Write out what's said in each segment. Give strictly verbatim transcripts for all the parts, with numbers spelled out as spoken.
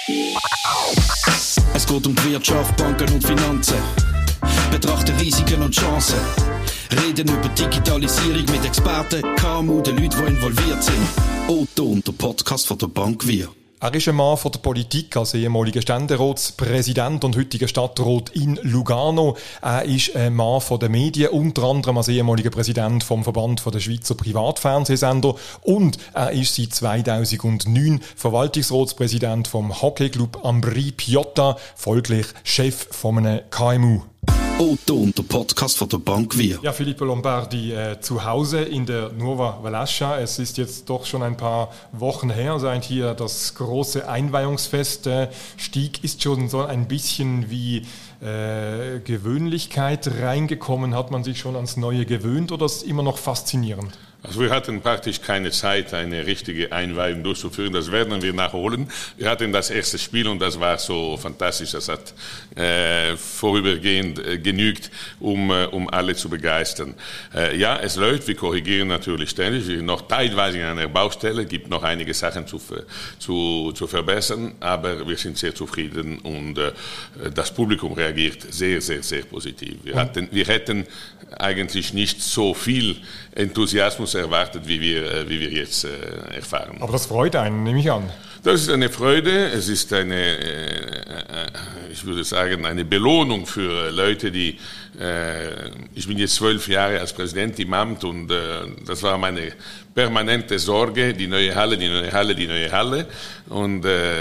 Es geht um die Wirtschaft, Banken und Finanzen. Betrachten Risiken und Chancen. Reden über Digitalisierung mit Experten, K M U, den Leuten, die involviert sind. O-Ton, der Podcast von der Bank Wir. Er ist ein Mann von der Politik, als ehemaliger Ständeratspräsident und heutiger Stadtrat in Lugano. Er ist ein Mann von den Medien, unter anderem als ehemaliger Präsident vom Verband der Schweizer Privatfernsehsender. Und er ist seit zweitausendneun Verwaltungsratspräsident vom Hockeyclub Ambri Piotta, folglich Chef von einem K M U. O-Ton, der Podcast von der Bank Wir. Ja, Filippo Lombardi, äh, zu Hause in der Nuova Valascia. Es ist jetzt doch schon ein paar Wochen her, seit hier das große Einweihungsfest äh, stieg. Ist schon so ein bisschen wie äh, Gewöhnlichkeit reingekommen? Hat man sich schon ans Neue gewöhnt oder ist es immer noch faszinierend? Also wir hatten praktisch keine Zeit, eine richtige Einweihung durchzuführen. Das werden wir nachholen. Wir hatten das erste Spiel und das war so fantastisch. Das hat äh, vorübergehend äh, genügt, um, äh, um alle zu begeistern. Äh, ja, es läuft. Wir korrigieren natürlich ständig. Wir sind noch teilweise in einer Baustelle. Es gibt noch einige Sachen zu, zu, zu verbessern. Aber wir sind sehr zufrieden und äh, das Publikum reagiert sehr, sehr, sehr positiv. Wir, hatten, wir hätten eigentlich nicht so viel Enthusiasmus erwartet, wie wir, wie wir jetzt äh, erfahren. Aber das freut einen, nehme ich an. Das ist eine Freude, es ist eine, äh, ich würde sagen, eine Belohnung für Leute, die, äh, ich bin jetzt zwölf Jahre als Präsident im Amt und äh, das war meine permanente Sorge, die neue Halle, die neue Halle, die neue Halle und äh,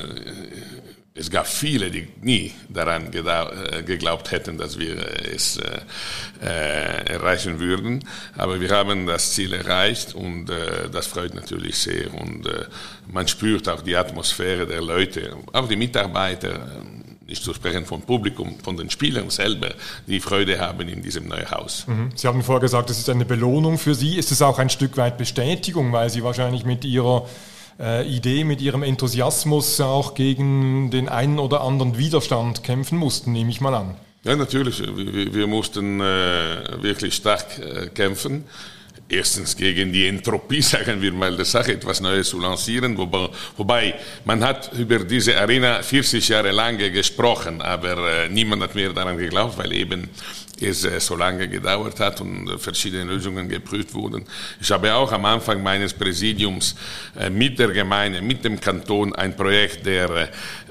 es gab viele, die nie daran geglaubt hätten, dass wir es äh, erreichen würden. Aber wir haben das Ziel erreicht und äh, das freut natürlich sehr. Und äh, man spürt auch die Atmosphäre der Leute, auch die Mitarbeiter, nicht zu sprechen vom Publikum, von den Spielern selber, die Freude haben in diesem neuen Haus. Sie haben vorher gesagt, es ist eine Belohnung für Sie. Ist es auch ein Stück weit Bestätigung, weil Sie wahrscheinlich mit Ihrer Äh, Idee, mit ihrem Enthusiasmus auch gegen den einen oder anderen Widerstand kämpfen mussten, nehme ich mal an. Ja, natürlich. Wir, wir mussten äh, wirklich stark äh, kämpfen. Erstens gegen die Entropie, sagen wir mal, der Sache etwas Neues zu lancieren. Wobei, wobei man hat über diese Arena vierzig Jahre lang gesprochen, aber äh, niemand hat mehr daran geglaubt, weil eben es äh, so lange gedauert hat und äh, verschiedene Lösungen geprüft wurden. Ich habe auch am Anfang meines Präsidiums äh, mit der Gemeinde, mit dem Kanton ein Projekt der äh,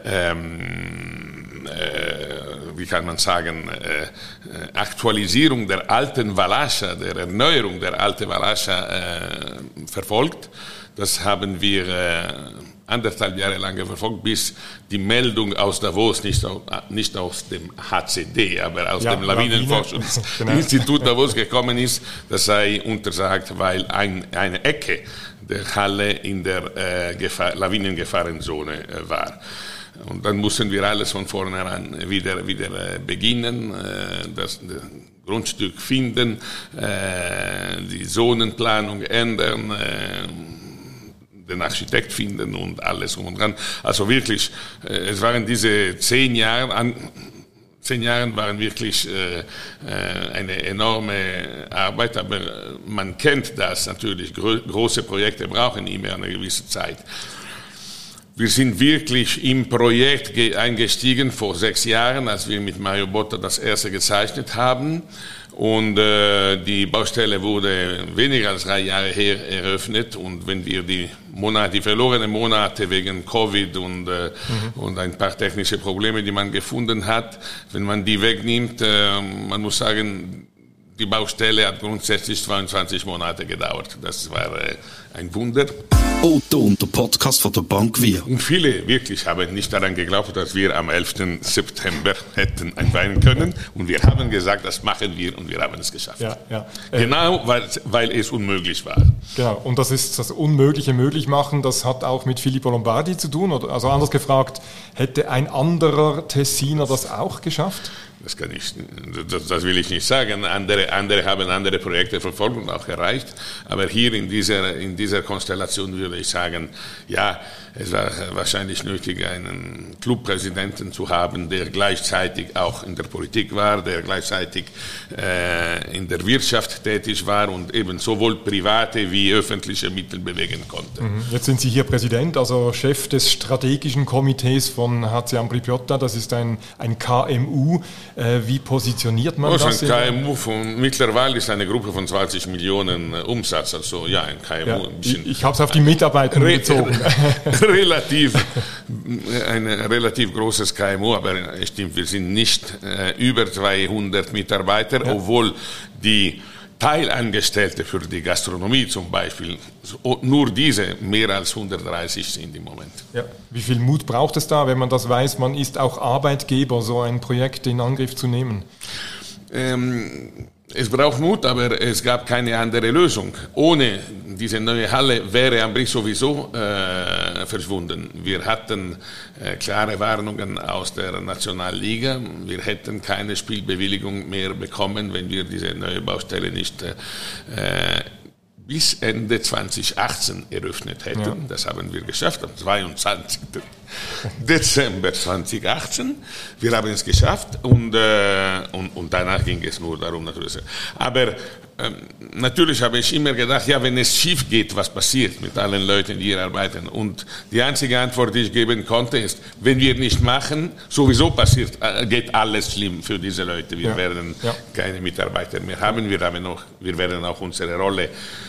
ähm, äh, wie kann man sagen, äh, Aktualisierung der alten Valascia, der Erneuerung der alten Valascia äh, verfolgt. Das haben wir äh, anderthalb Jahre lang verfolgt, bis die Meldung aus Davos, nicht, aus, nicht aus dem H C D, aber aus ja, dem Lawinenforschungsinstitut genau. Davos gekommen ist, das sei untersagt, weil ein, eine Ecke der Halle in der äh, Gefahr, Lawinengefahrenzone äh, war. Und dann mussten wir alles von vornherein wieder, wieder äh, beginnen, äh, das, das Grundstück finden, äh, die Zonenplanung ändern, äh, den Architekt finden und alles um und dran. Also wirklich, äh, es waren diese zehn Jahre, an, zehn Jahre waren wirklich äh, äh, eine enorme Arbeit, aber man kennt das natürlich, Gro- große Projekte brauchen immer eine gewisse Zeit. Wir sind wirklich im Projekt eingestiegen vor sechs Jahren, als wir mit Mario Botta das erste gezeichnet haben. Und äh, die Baustelle wurde weniger als drei Jahre her eröffnet. Und wenn wir die Monate, die verlorenen Monate wegen Covid und, äh, mhm. und ein paar technische Probleme, die man gefunden hat, wenn man die wegnimmt, äh, man muss sagen, die Baustelle hat grundsätzlich zweiundzwanzig Monate gedauert. Das war äh, ein Wunder. O-Ton, der Podcast von der Bank Wir. Und viele wirklich haben nicht daran geglaubt, dass wir am elften September hätten einweihen können. Und wir haben gesagt, das machen wir und wir haben es geschafft. Ja, ja. Genau, weil, weil es unmöglich war. Genau, und das ist das Unmögliche möglich machen, das hat auch mit Filippo Lombardi zu tun. Oder, also anders gefragt, hätte ein anderer Tessiner das auch geschafft? Das kann ich, das, das will ich nicht sagen. Andere, andere haben andere Projekte verfolgt und auch erreicht. Aber hier in dieser, in dieser Konstellation würde ich sagen, sagen, ja, es war wahrscheinlich nötig, einen Clubpräsidenten zu haben, der gleichzeitig auch in der Politik war, der gleichzeitig äh, in der Wirtschaft tätig war und eben sowohl private wie öffentliche Mittel bewegen konnte. Jetzt sind Sie hier Präsident, also Chef des strategischen Komitees von H C Ambri Piotta. Das ist ein, ein K M U. Äh, wie positioniert man also das? Ein K M U von, mittlerweile ist eine Gruppe von zwanzig Millionen Umsatz, also ja, ein K M U. Ja, ein bisschen, ich ich habe es auf die Mitarbeiter re- bezogen. relativ, ein relativ großes K M U, aber es stimmt, wir sind nicht äh, über zweihundert Mitarbeiter, ja. Obwohl die Teilangestellte für die Gastronomie zum Beispiel, nur diese mehr als hundertdreißig sind im Moment. Ja. Wie viel Mut braucht es da, wenn man das weiß, man ist auch Arbeitgeber, so ein Projekt in Angriff zu nehmen? Ähm, es braucht Mut, aber es gab keine andere Lösung. Ohne diese neue Halle wäre Ambri sowieso äh, verschwunden. Wir hatten äh, klare Warnungen aus der Nationalliga. Wir hätten keine Spielbewilligung mehr bekommen, wenn wir diese neue Baustelle nicht äh, bis Ende zweitausendachtzehn eröffnet hätten. Ja. Das haben wir geschafft am zweiundzwanzigsten Dezember zweitausendachtzehn. Wir haben es geschafft und, äh, und, und danach ging es nur darum natürlich. Aber ähm, natürlich habe ich immer gedacht, ja, wenn es schief geht, was passiert mit allen Leuten, die hier arbeiten? Und die einzige Antwort, die ich geben konnte, ist, wenn wir nicht machen, sowieso passiert, äh, geht alles schlimm für diese Leute. Wir ja. werden ja. keine Mitarbeiter mehr haben. Wir haben noch, wir werden auch unsere Rolle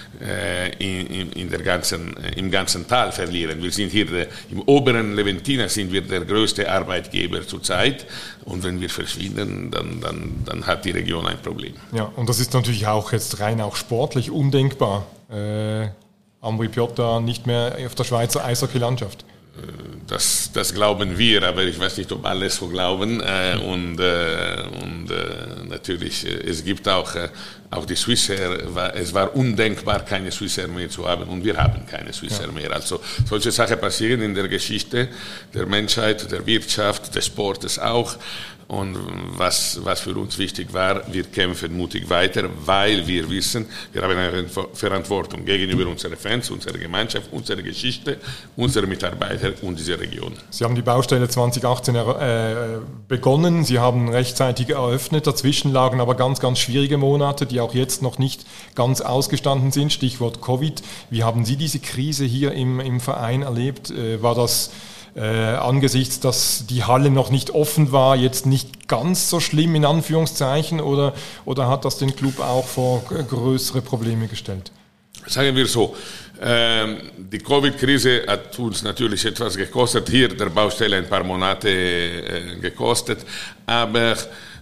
In, in der ganzen, im ganzen Tal verlieren. Wir sind hier der, im oberen Leventina sind wir der größte Arbeitgeber zurzeit und wenn wir verschwinden, dann, dann, dann hat die Region ein Problem. Ja, und das ist natürlich auch jetzt rein auch sportlich undenkbar. Äh, Ambri Piotta nicht mehr auf der Schweizer Eishockey-Landschaft. Das, das glauben wir, aber ich weiß nicht, ob alle so glauben. Äh, und äh, und äh, natürlich, äh, es gibt auch, äh, auch die Swissair, war, es war undenkbar, keine Swissair mehr zu haben und wir haben keine Swissair ja. mehr. Also solche Sachen passieren in der Geschichte der Menschheit, der Wirtschaft, des Sportes auch. Und was, was für uns wichtig war, wir kämpfen mutig weiter, weil wir wissen, wir haben eine Verantwortung gegenüber unseren Fans, unserer Gemeinschaft, unserer Geschichte, unseren Mitarbeitern und dieser Region. Sie haben die Baustelle zweitausendachtzehn äh, begonnen, Sie haben rechtzeitig eröffnet, dazwischen lagen aber ganz, ganz schwierige Monate, die auch jetzt noch nicht ganz ausgestanden sind, Stichwort Covid. Wie haben Sie diese Krise hier im, im Verein erlebt? Äh, war das Äh, angesichts, dass die Halle noch nicht offen war, jetzt nicht ganz so schlimm in Anführungszeichen oder, oder hat das den Club auch vor größere Probleme gestellt? Sagen wir so, ähm, die Covid-Krise hat uns natürlich etwas gekostet, hier der Baustelle ein paar Monate äh, gekostet, aber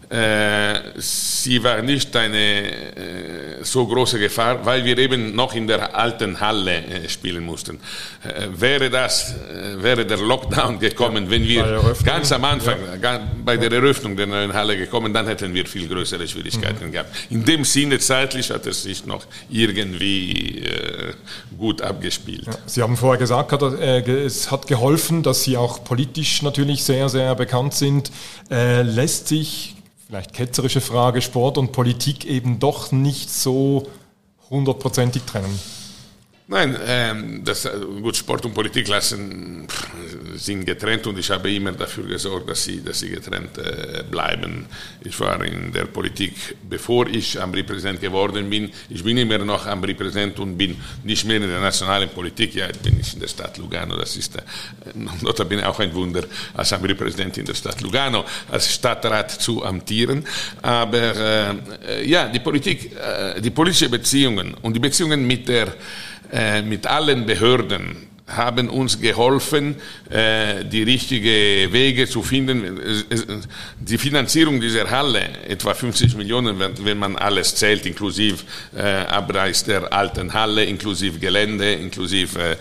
Äh, sie war nicht eine äh, so große Gefahr, weil wir eben noch in der alten Halle äh, spielen mussten. Äh, wäre das, äh, wäre der Lockdown gekommen, wenn wir ganz am Anfang, ja. gar, bei der Eröffnung der neuen Halle gekommen, dann hätten wir viel größere Schwierigkeiten mhm. gehabt. In dem Sinne zeitlich hat es sich noch irgendwie äh, gut abgespielt. Ja. Sie haben vorher gesagt, hat, äh, es hat geholfen, dass Sie auch politisch natürlich sehr, sehr bekannt sind. Äh, lässt sich vielleicht ketzerische Frage, Sport und Politik eben doch nicht so hundertprozentig trennen? Nein, ähm, das, gut, Sport und Politik lassen, sind getrennt und ich habe immer dafür gesorgt, dass sie, dass sie getrennt äh, bleiben. Ich war in der Politik, bevor ich Ambri-Präsident geworden bin. Ich bin immer noch Ambri-Präsident und bin nicht mehr in der nationalen Politik. Ja, jetzt bin ich in der Stadt Lugano. Das ist äh, notabene auch ein Wunder, als Ambri-Präsident in der Stadt Lugano, als Stadtrat zu amtieren. Aber äh, ja, die Politik, äh, die politische Beziehungen und die Beziehungen mit der mit allen Behörden haben uns geholfen, die richtigen Wege zu finden. Die Finanzierung dieser Halle, etwa fünfzig Millionen, wenn man alles zählt, inklusive Abreiß der alten Halle, inklusive Gelände, inklusive,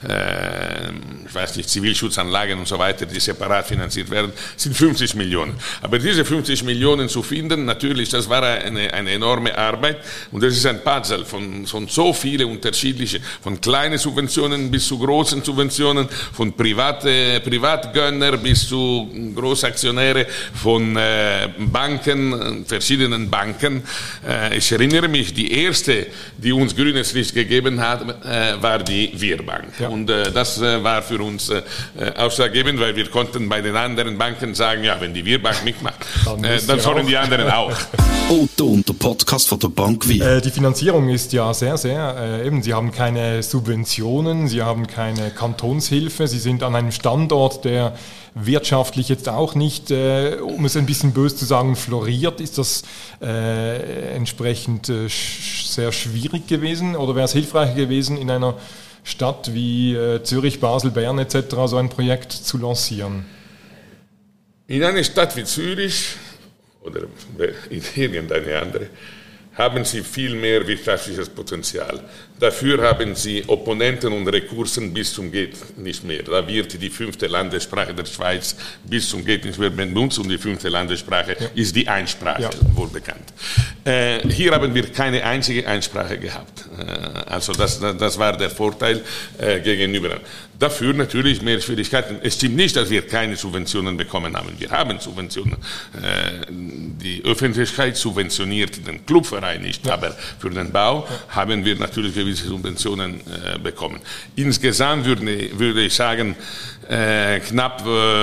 ich weiß nicht, Zivilschutzanlagen und so weiter, die separat finanziert werden, sind fünfzig Millionen. Aber diese fünfzig Millionen zu finden, natürlich, das war eine, eine enorme Arbeit und das ist ein Puzzle von, von so vielen unterschiedlichen, von kleinen Subventionen bis zu großen großen Subventionen, von Private, Privatgönner bis zu Großaktionäre, von äh, Banken, verschiedenen Banken. Äh, ich erinnere mich, die erste, die uns grünes Licht gegeben hat, äh, war die Wirbank. Ja. Und äh, das äh, war für uns äh, ausschlaggebend, weil wir konnten bei den anderen Banken sagen, ja, wenn die Wirbank mitmacht, dann, äh, dann sollen die anderen auch. Otto, der Podcast von der Bank Wir. Äh, die Finanzierung ist ja sehr, sehr, äh, eben, Sie haben keine Subventionen, Sie haben keine Kantonshilfe, Sie sind an einem Standort, der wirtschaftlich jetzt auch nicht, äh, um es ein bisschen böse zu sagen, floriert. Ist das äh, entsprechend äh, sch- sehr schwierig gewesen oder wäre es hilfreicher gewesen, in einer Stadt wie äh, Zürich, Basel, Bern et cetera so ein Projekt zu lancieren? In einer Stadt wie Zürich oder in irgendeine andere haben sie viel mehr wirtschaftliches Potenzial. Dafür haben sie Opponenten und Rekursen bis zum geht nicht mehr. Da wird die fünfte Landessprache der Schweiz bis zum geht nicht mehr benutzt und die fünfte Landessprache ja. ist die Einsprache, ja. wohl bekannt. Äh, hier haben wir keine einzige Einsprache gehabt. Äh, also das, das war der Vorteil äh, gegenüber. Dafür natürlich mehr Schwierigkeiten. Es stimmt nicht, dass wir keine Subventionen bekommen haben. Wir haben Subventionen. Äh, die Öffentlichkeit subventioniert den Clubverein nicht, ja. aber für den Bau ja. haben wir natürlich gewisse Subventionen äh, bekommen. Insgesamt würde, würde ich sagen, äh, knapp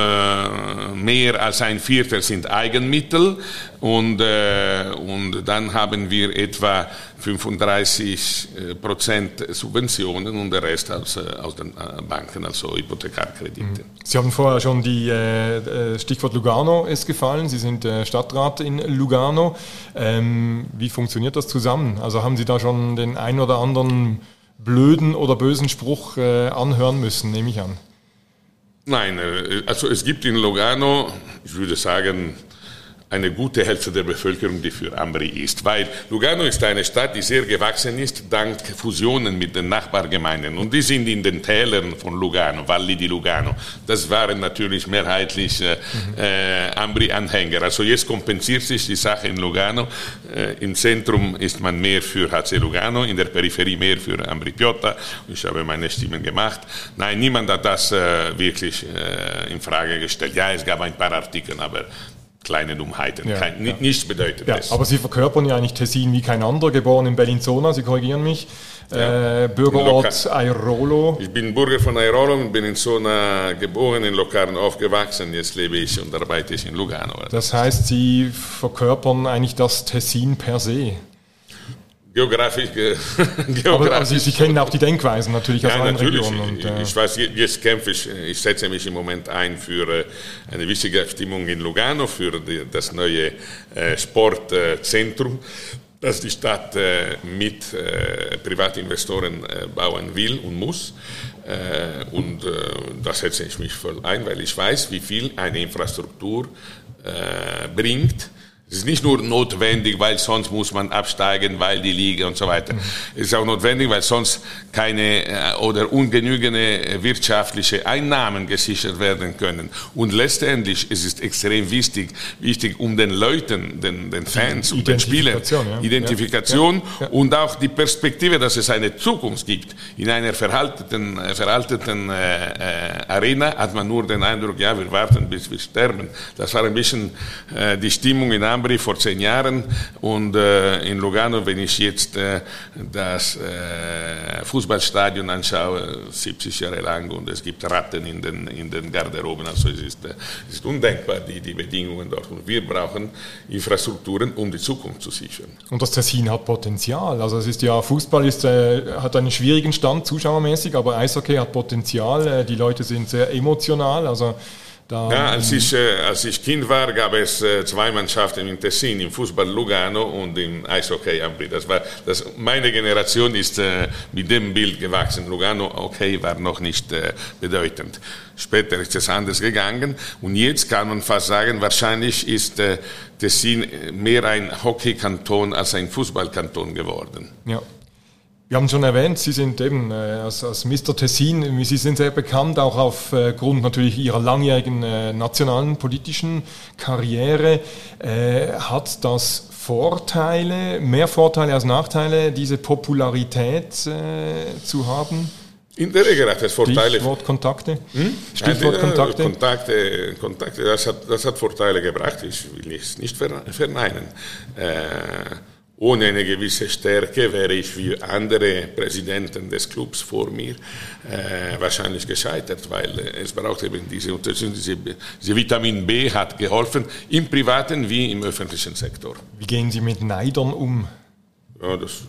äh, mehr als ein Viertel sind Eigenmittel und, äh, und dann haben wir etwa fünfunddreißig Prozent Subventionen und der Rest aus, aus den Banken, also Hypothekarkredite. Sie haben vorher schon die äh, Stichwort Lugano ist gefallen. Sie sind äh, Stadtrat in Lugano. Ähm, wie funktioniert das zusammen? Also haben Sie da schon den einen oder anderen blöden oder bösen Spruch äh, anhören müssen, nehme ich an? Nein, also es gibt in Lugano, ich würde sagen, eine gute Hälfte der Bevölkerung, die für Ambri ist. Weil Lugano ist eine Stadt, die sehr gewachsen ist, dank Fusionen mit den Nachbargemeinden. Und die sind in den Tälern von Lugano, Valli di Lugano. Das waren natürlich mehrheitlich äh, äh, Ambri-Anhänger. Also jetzt kompensiert sich die Sache in Lugano. Äh, Im Zentrum ist man mehr für H C Lugano, in der Peripherie mehr für Ambri Piotta. Ich habe meine Stimmen gemacht. Nein, niemand hat das äh, wirklich äh, in Frage gestellt. Ja, es gab ein paar Artikel, aber kleine Dummheiten, ja, kein, ja. nichts bedeutet ja, das. Aber Sie verkörpern ja eigentlich Tessin wie kein anderer, geboren in Bellinzona, Sie korrigieren mich, ja. äh, Bürgerort Airolo. Ich bin Bürger von Airolo und bin in Zona geboren, in Locarno aufgewachsen, jetzt lebe ich und arbeite ich in Lugano. Das heißt, Sie verkörpern eigentlich das Tessin per se? Geografisch, ge- geografisch. Aber, aber Sie, Sie kennen auch die Denkweisen natürlich aus ja, allen natürlich. Regionen. Und, äh ich weiß, jetzt kämpfe ich, ich setze mich im Moment ein für eine wichtige Abstimmung in Lugano, für die, das neue äh, Sportzentrum, das die Stadt äh, mit äh, Privatinvestoren äh, bauen will und muss. Äh, und äh, da setze ich mich voll ein, weil ich weiß, wie viel eine Infrastruktur äh, bringt. Es ist nicht nur notwendig, weil sonst muss man absteigen, weil die Liga und so weiter. Mhm. Es ist auch notwendig, weil sonst keine äh, oder ungenügende wirtschaftliche Einnahmen gesichert werden können. Und letztendlich ist es extrem wichtig, wichtig um den Leuten, den, den Fans und den Spielern, ja. Identifikation ja. Ja. und auch die Perspektive, dass es eine Zukunft gibt. In einer veralteten, äh, veralteten äh, äh, Arena hat man nur den Eindruck, ja, wir warten, bis wir sterben. Das war ein bisschen äh, die Stimmung in Ambri vor zehn Jahren und äh, in Lugano, wenn ich jetzt äh, das äh, Fußballstadion anschaue, siebzig Jahre lang und es gibt Ratten in den, in den Garderoben, also es ist, äh, es ist undenkbar, die, die Bedingungen dort. Und wir brauchen Infrastrukturen, um die Zukunft zu sichern. Und das Tessin hat Potenzial, also es ist ja, Fußball ist, äh, hat einen schwierigen Stand, zuschauermäßig, aber Eishockey hat Potenzial, äh, die Leute sind sehr emotional, also Ja, als ich, äh, als ich Kind war, gab es äh, zwei Mannschaften im Tessin, im Fußball Lugano und im Eishockey Ambri. Das war, das, meine Generation ist äh, mit dem Bild gewachsen. Lugano, okay, war noch nicht äh, bedeutend. Später ist es anders gegangen und jetzt kann man fast sagen, wahrscheinlich ist äh, Tessin mehr ein Hockeykanton als ein Fußballkanton geworden. Ja. Wir haben schon erwähnt, Sie sind eben äh, als, als Mister Tessin, Sie sind sehr bekannt, auch aufgrund äh, natürlich Ihrer langjährigen äh, nationalen politischen Karriere. Äh, hat das Vorteile, mehr Vorteile als Nachteile, diese Popularität äh, zu haben? In der Regel hat es Vorteile. Stichwort Kontakte? Hm? Stichwort Kontakte? Kontakte, Kontakte das, hat, das hat Vorteile gebracht, ich will es nicht verneinen. Äh, ohne eine gewisse Stärke wäre ich wie andere Präsidenten des Clubs vor mir äh, wahrscheinlich gescheitert, weil es braucht eben diese Unterstützung, diese, diese Vitamin B hat geholfen, im privaten wie im öffentlichen Sektor. Wie gehen Sie mit Neidern um? Ja, das...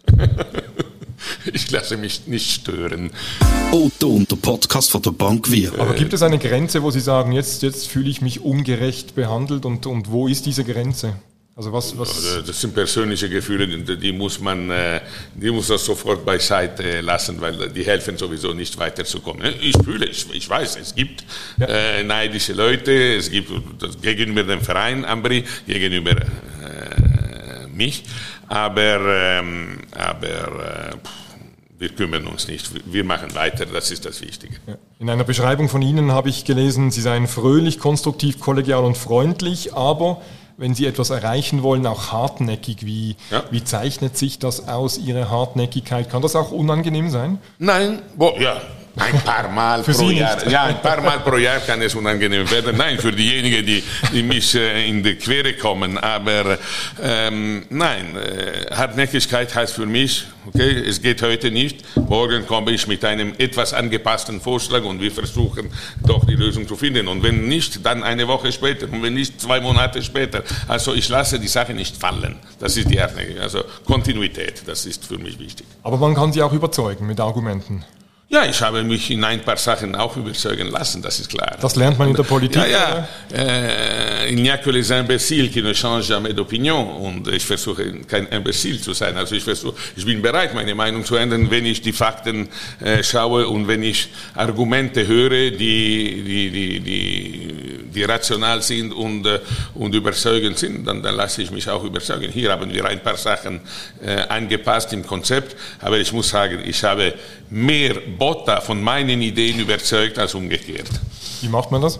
Ich lasse mich nicht stören. O-Ton, der Podcast von der Bank Wir. Aber gibt es eine Grenze, wo Sie sagen, jetzt, jetzt fühle ich mich ungerecht behandelt und, und wo ist diese Grenze? Also was, was das sind persönliche Gefühle, die muss man, die muss man sofort beiseite lassen, weil die helfen sowieso nicht weiterzukommen. Ich fühle, ich, ich weiß, es gibt ja. äh, neidische Leute, es gibt das gegenüber dem Verein Ambri, gegenüber äh, mich, aber, ähm, aber äh, wir kümmern uns nicht, wir machen weiter, das ist das Wichtige. Ja. In einer Beschreibung von Ihnen habe ich gelesen, Sie seien fröhlich, konstruktiv, kollegial und freundlich, aber wenn Sie etwas erreichen wollen, auch hartnäckig. Wie, ja. wie zeichnet sich das aus, Ihre Hartnäckigkeit? Kann das auch unangenehm sein? Nein, bo, ja. Ein paar Mal pro Jahr. Ja, ein paar Mal pro Jahr kann es unangenehm werden. Nein, für diejenigen, die, die mich äh, in die Quere kommen. Aber ähm, nein, äh, Hartnäckigkeit heißt für mich, okay, es geht heute nicht. Morgen komme ich mit einem etwas angepassten Vorschlag und wir versuchen doch die Lösung zu finden. Und wenn nicht, dann eine Woche später. Und wenn nicht, zwei Monate später. Also ich lasse die Sache nicht fallen. Das ist die Hartnäckigkeit. Also Kontinuität, das ist für mich wichtig. Aber man kann Sie auch überzeugen mit Argumenten. Ja, ich habe mich in ein paar Sachen auch überzeugen lassen, das ist klar. Das lernt man in der Politik, ja, ja. Äh, il n'y a que les imbéciles qui ne changent jamais d'opinion. Und ich versuche, kein Imbécile zu sein. Also ich versuche, ich bin bereit, meine Meinung zu ändern, wenn ich die Fakten äh, schaue und wenn ich Argumente höre, die, die, die, die, die rational sind und, äh, und überzeugend sind, dann, dann lasse ich mich auch überzeugen. Hier haben wir ein paar Sachen äh, angepasst im Konzept, aber ich muss sagen, ich habe mehr Botta von meinen Ideen überzeugt als umgekehrt. Wie macht man das?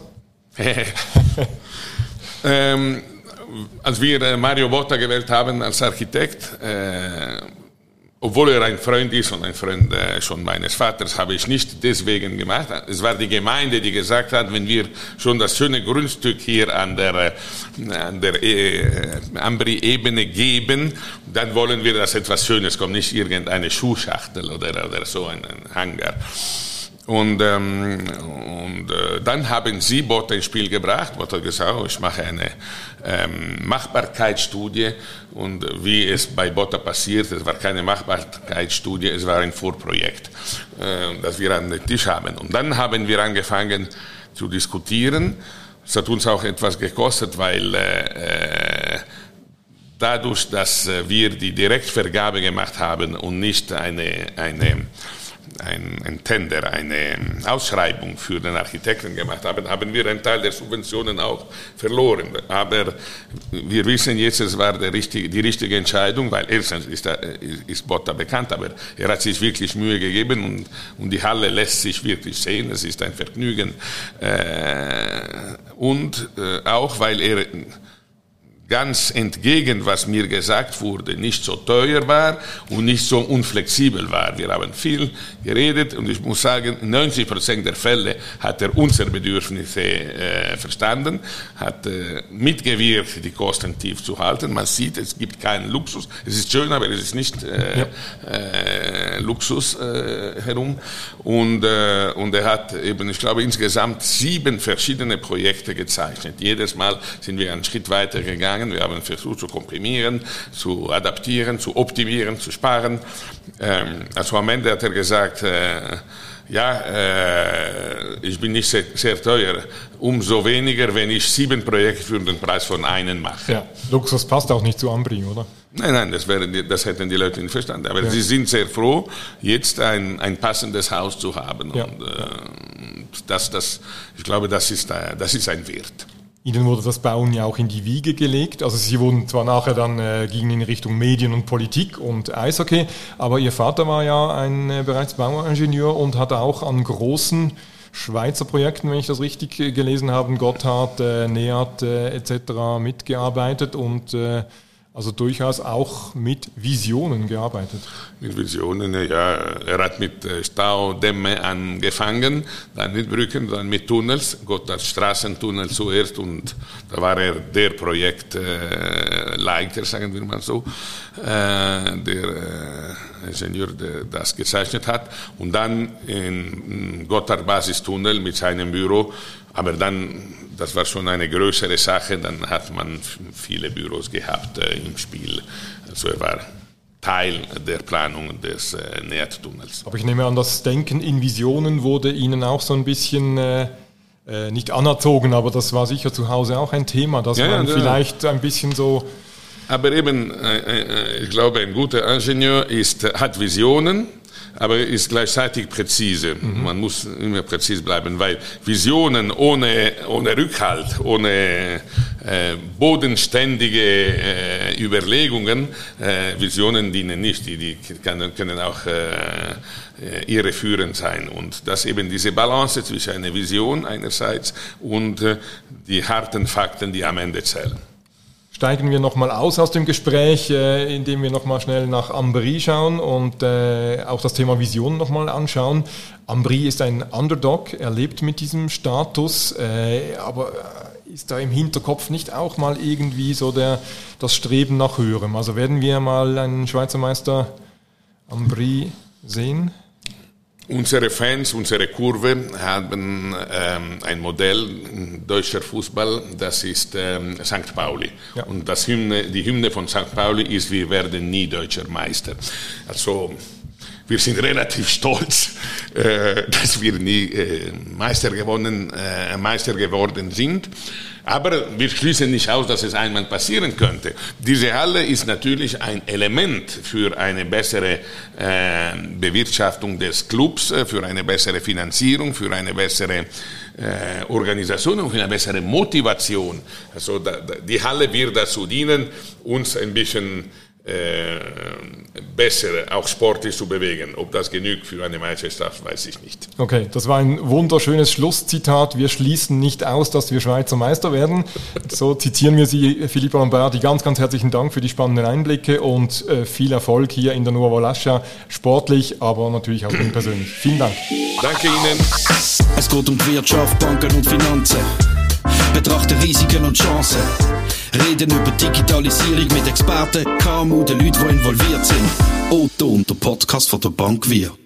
ähm, als wir Mario Botta gewählt haben als Architekt, äh, obwohl er ein Freund ist und ein Freund äh, schon meines Vaters, habe ich nicht deswegen gemacht. Es war die Gemeinde, die gesagt hat, wenn wir schon das schöne Grundstück hier an der, an der äh, Ambri-Ebene geben, dann wollen wir, dass etwas Schönes kommt, nicht irgendeine Schuhschachtel oder, oder so ein, ein Hangar. Und, ähm, und äh, dann haben sie Botta ins Spiel gebracht. Botta hat gesagt, oh, ich mache eine ähm, Machbarkeitsstudie. Und wie es bei Botta passiert, es war keine Machbarkeitsstudie, es war ein Vorprojekt, äh, das wir an den Tisch haben. Und dann haben wir angefangen zu diskutieren. Es hat uns auch etwas gekostet, weil äh, dadurch, dass wir die Direktvergabe gemacht haben und nicht eine, eine Ein, ein Tender, eine Ausschreibung für den Architekten gemacht haben, haben wir einen Teil der Subventionen auch verloren. Aber wir wissen jetzt, es war der richtige, die richtige Entscheidung, weil erstens ist, ist Botta bekannt, aber er hat sich wirklich Mühe gegeben und, und die Halle lässt sich wirklich sehen, es ist ein Vergnügen. Äh, und äh, auch, weil er ganz entgegen, was mir gesagt wurde, nicht so teuer war und nicht so unflexibel war. Wir haben viel geredet und ich muss sagen, neunzig Prozent der Fälle hat er unsere Bedürfnisse äh, verstanden, hat äh, mitgewirkt, die Kosten tief zu halten. Man sieht, es gibt keinen Luxus. Es ist schön, aber es ist nicht äh, ja. äh, Luxus äh, herum. Und, äh, und er hat eben, ich glaube, insgesamt sieben verschiedene Projekte gezeichnet. Jedes Mal sind wir einen Schritt weiter gegangen. Wir haben versucht zu komprimieren, zu adaptieren, zu optimieren, zu sparen. Ähm, also am Ende hat er gesagt, äh, ja, äh, ich bin nicht sehr, sehr teuer, umso weniger, wenn ich sieben Projekte für den Preis von einem mache. Ja, Luxus passt auch nicht zu Ambri, oder? Nein, nein, das, wäre, das hätten die Leute nicht verstanden. Aber ja. sie sind sehr froh, jetzt ein, ein passendes Haus zu haben. Ja. Und äh, das, das, ich glaube, das ist, das ist ein Wert. Ihnen wurde das Bauen ja auch in die Wiege gelegt. Also Sie wurden zwar nachher dann, äh, gingen in Richtung Medien und Politik und Eishockey, aber Ihr Vater war ja ein äh, bereits Bauingenieur und hat auch an großen Schweizer Projekten, wenn ich das richtig gelesen habe, Gotthard, äh, NEAT äh, et cetera mitgearbeitet und äh, Also durchaus auch mit Visionen gearbeitet. Mit Visionen, ja. Er hat mit Staudämme angefangen, dann mit Brücken, dann mit Tunnels, Gotthardstraßentunnel zuerst, und da war er der Projektleiter, sagen wir mal so, der Ingenieur, der das gezeichnet hat. Und dann in Gotthard-Basistunnel mit seinem Büro, aber dann, das war schon eine größere Sache, dann hat man viele Büros gehabt äh, im Spiel. Also er war Teil der Planung des äh, Nerdtunnels. Aber ich nehme an, das Denken in Visionen wurde Ihnen auch so ein bisschen, äh, äh, nicht anerzogen, aber das war sicher zu Hause auch ein Thema, dass ja, man ja, vielleicht ein bisschen so... Aber eben, äh, ich glaube, ein guter Ingenieur ist, hat Visionen, aber ist gleichzeitig präzise. Mhm. Man muss immer präzise bleiben, weil Visionen ohne, ohne Rückhalt, ohne äh, bodenständige äh, Überlegungen, äh, Visionen dienen nicht. Die, die kann, können auch äh, irreführend sein. Und dass eben diese Balance zwischen einer Vision einerseits und äh, die harten Fakten, die am Ende zählen. Steigen wir nochmal aus aus dem Gespräch, äh, indem wir nochmal schnell nach Ambry schauen und äh, auch das Thema Vision nochmal anschauen. Ambry ist ein Underdog, er lebt mit diesem Status, äh, aber ist da im Hinterkopf nicht auch mal irgendwie so der, das Streben nach Höherem? Also werden wir mal einen Schweizer Meister Ambry sehen? Unsere Fans, unsere Kurve haben ähm, ein Modell deutscher Fußball, das ist ähm, Sankt Pauli. Ja. Und das Hymne, die Hymne von Sankt Pauli ist, wir werden nie deutscher Meister. Also wir sind relativ stolz, äh, dass wir nie äh, Meister, gewonnen, äh, Meister geworden sind. Aber wir schließen nicht aus, dass es einmal passieren könnte. Diese Halle ist natürlich ein Element für eine bessere äh, Bewirtschaftung des Clubs, für eine bessere Finanzierung, für eine bessere äh, Organisation und für eine bessere Motivation. Also da, da, die Halle wird dazu dienen, uns ein bisschen äh, besser auch sportlich zu bewegen. Ob das genügt für eine Meisterschaft, weiß ich nicht. Okay, das war ein wunderschönes Schlusszitat. Wir schließen nicht aus, dass wir Schweizer Meister werden. So zitieren wir Sie, Filippo Lombardi. Ganz, ganz herzlichen Dank für die spannenden Einblicke und äh, viel Erfolg hier in der Nuova Lascia. Sportlich, aber natürlich auch Ihnen persönlich. Vielen Dank. Danke Ihnen. Es geht um die Wirtschaft, Banken und Finanzen. Betrachte Risiken und Chancen. Reden über Digitalisierung mit Experten, K M U, den Leuten, die involviert sind. Otto und der Podcast von der Bank Wir.